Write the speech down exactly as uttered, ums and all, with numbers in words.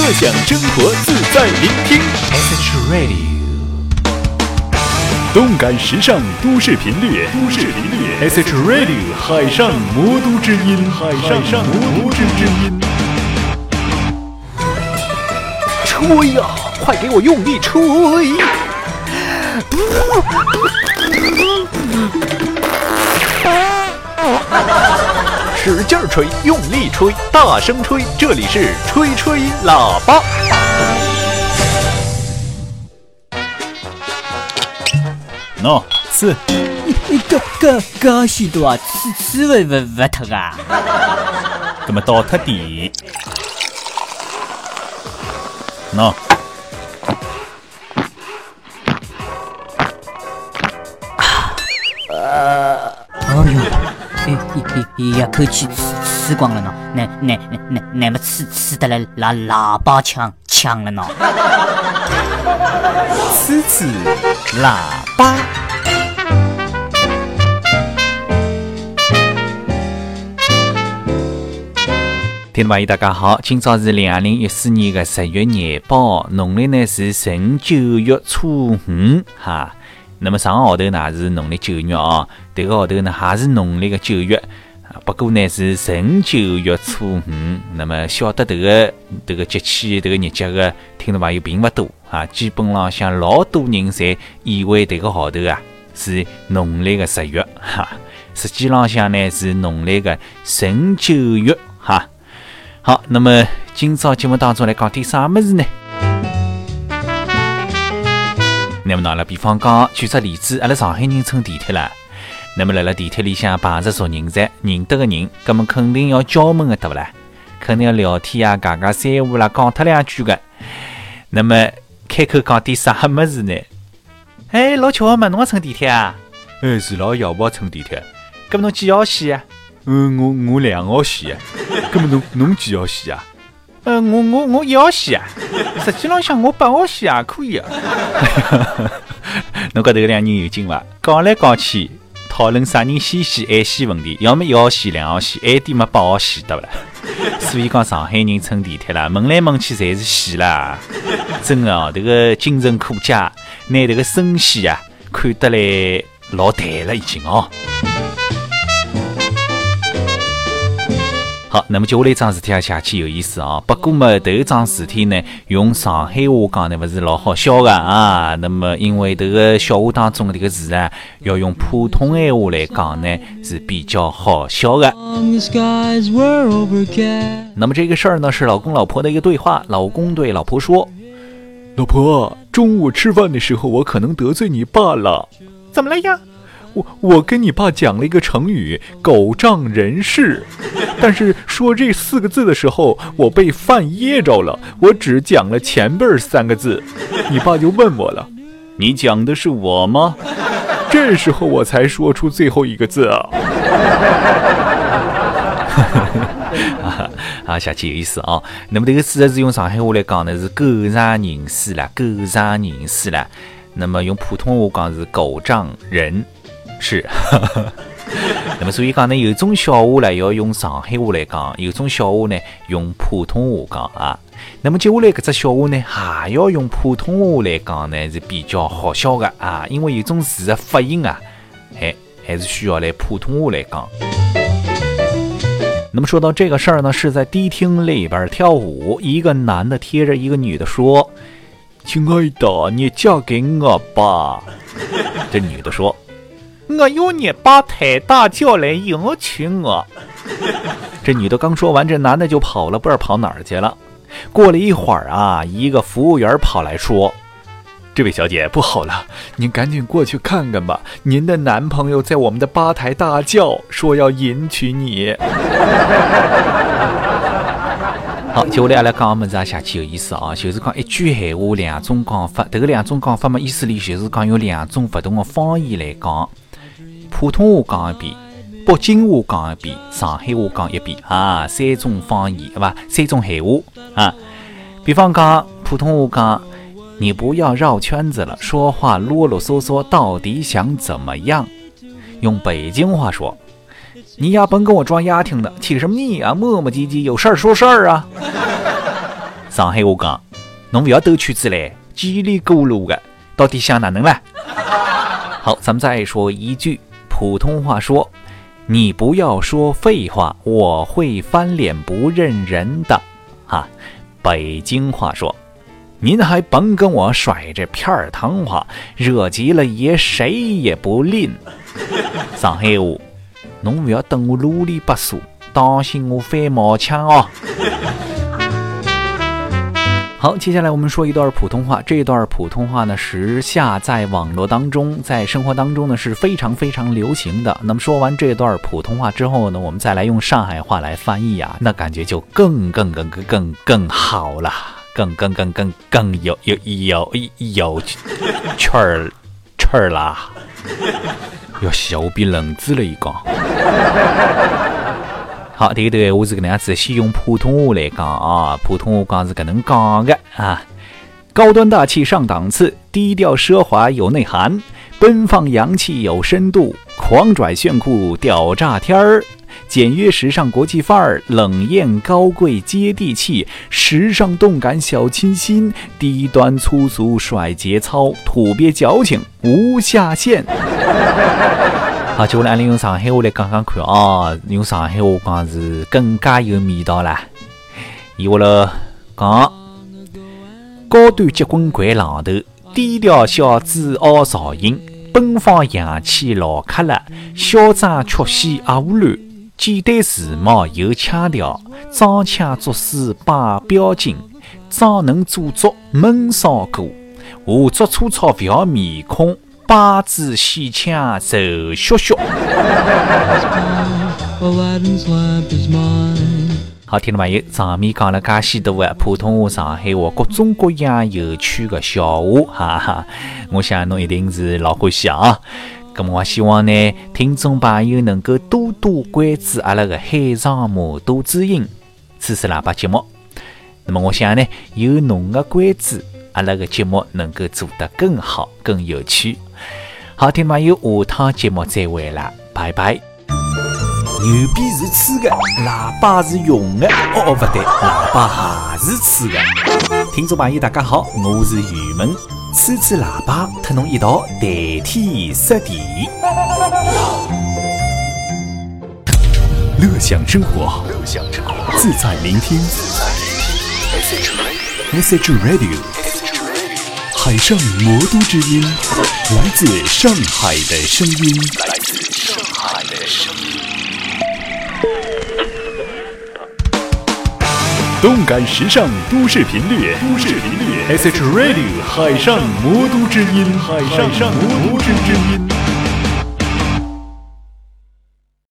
享生活自在聆听 S H Radio， 动感时尚都市频率，都市频率 S H Radio 海上魔都之音，海上魔都之音。 吹呀、啊，快给我用力吹！使劲吹，用力吹，大声吹，这里是吹吹喇叭。 喏，吃。 你这这这许多啊，吃吃不不不脱啊？ 怎么倒脱底？喏。 呃，哎呦，一一一口气吃吃光了呢，那那那那么吃吃的来拿喇叭枪枪了呢？ 吃吃喇叭。听众朋友大家好，今朝是二零一四年的十月廿八号，农历呢是闰九月初五哈。那么上个号头呢是农历九月啊，这个号头呢还是农历的九月，不过呢是闰九月初五。那么晓得这个这个节气这个日节的听众朋友并不多啊，基本上像老多人侪以为这个号头啊是农历的十月哈，实际上向呢是农历的闰九月哈。好，那么今朝节目当中来讲点啥么子呢？那么拿了比方讲，举个例子，阿拉上海人乘地铁啦，那么辣辣地铁里向碰着熟人噻，认得个人，葛么肯定要交门个对不啦？肯定要聊天啊，讲讲三胡啦，讲脱两句个。那么开口讲点啥么子呢？哎，老巧嘛，侬也乘地铁啊？哎，是啦，要不要乘地铁？葛么侬几号线啊？嗯，我我两号线啊。葛么侬侬几号线啊？呃，我我我一号线啊，实际浪向我八号线也可以啊。侬觉得两人有劲伐？讲来讲去，讨论啥人先线晚线问题，要么一号线、两号线，晚点嘛八号线，对不啦？所以讲上海人乘地铁啦，问来问去侪是线啦，真的哦，这个精神可嘉，拿这个声线啊看得来老淡了已经哦。好，那么接下来一桩事体也下去有意思啊。不过嘛，头一桩事体呢，用上海话讲呢，不是老好笑的啊。那么因为这个笑话当中的这个字啊，要用普通闲话来讲呢，是比较好笑的。那么这个事儿呢，是老公老婆的一个对话。老公对老婆说：“老婆，中午吃饭的时候，我可能得罪你爸了。怎么了呀？”我我跟你爸讲了一个成语“狗仗人势”，但是说这四个字的时候，我被饭噎着了，我只讲了前边三个字，你爸就问我了：“你讲的是我吗？”这时候我才说出最后一个字啊。啊，下去有意思啊。那么这个字是用上海话来讲呢，是狗仗人势啦，狗仗人势啦。那么用普通话讲是狗仗人。是，那么所以讲呢，有种笑话呢要用上海话来讲，有种笑话呢用普通话讲啊。那么接下来搿只笑话呢，还要用普通话来讲呢是比较好笑的啊，因为有种字的发音啊，哎，还是需要来普通话来讲。那么说到这个事儿呢，是在迪厅里边跳舞，一个男的贴着一个女的说：“亲爱的，你嫁给我吧。”这女的说：“我有你爸抬大轿来迎娶我。”这女的刚说完，这男的就跑了，不知道跑哪儿去了。过了一会儿啊，一个服务员跑来说：“这位小姐，不好了，您赶紧过去看看吧，您的男朋友在我们的吧台大叫，说要迎娶你。”好，接下来来讲么子啊，下去有意思啊，就是讲一句闲话两种讲法，这个两种讲法嘛，意思里就是讲有两种不同的方言来讲。普通话讲一遍，北京话讲一遍，上海话讲一遍啊，三种方言对吧？三种闲话啊。比方讲普通话讲，你不要绕圈子了，说话啰啰嗦嗦，到底想怎么样？用北京话说，你丫甭跟我装丫挺的，起什么腻啊？磨磨唧唧，有事儿说事儿啊。 上海话讲，侬不要兜圈子嘞，叽里咕噜的，到底想哪能啦？好，咱们再说一句普通话说，你不要说废话，我会翻脸不认人的。哈，北京话说，您还甭跟我甩这片儿汤话，惹急了爷谁也不吝。上海话，侬不要等我啰里吧嗦，当心我飞毛枪哦。好，接下来我们说一段普通话。这一段普通话呢，时下在网络当中，在生活当中呢是非常非常流行的。那么说完这段普通话之后呢，我们再来用上海话来翻译啊，那感觉就更更更更更更好了，更更更更更有有有有趣儿趣儿啦，要笑变愣子了一个。好，第一段我是搿能样子，先用普通话来讲啊，普通话讲是搿能讲的啊，高端大气上档次，低调奢华有内涵，奔放洋气有深度，狂拽炫酷屌炸天儿，简约时尚国际范儿，冷艳高贵接地气，时尚动感小清新，低端粗俗甩节操，土鳖矫情无下限。好，接下来用上海话来讲讲看啊，用上海话讲是更加有味道啦。伊话了讲，高端结棍掼榔头，低调小资傲造型，奔放洋气老克勒，嚣张曲线阿无乱，简单时髦有腔调，装腔作势摆表情，装能做作闷骚过，画作粗糙不要面孔，八字细腔手削削。好，听众朋友，上面讲了介许多的普通话、上海话各种各样有趣的笑话，哈哈，我想侬一定是老欢喜啊。那么我希望呢，听众朋友能够多多关注阿拉个海上马肚之音吹吹喇叭节目。那么我想呢，有侬的关注，阿拉个节目能够做得更好、更有趣。好，听众朋友，下趟节目再会啦，拜拜。牛逼是吹的，喇叭是用的，哦哦不对，喇叭还是吹的。听众朋友大家好，我是宇文，吹吹喇叭，和侬一道谈天说地。 乐享生活，自在聆听。S H Radio， 海上魔都之音，来自上海的声音，来自上海的声音。动感时尚都市频率，都市频率 S H Radio 海上魔都之音，海上魔都之音。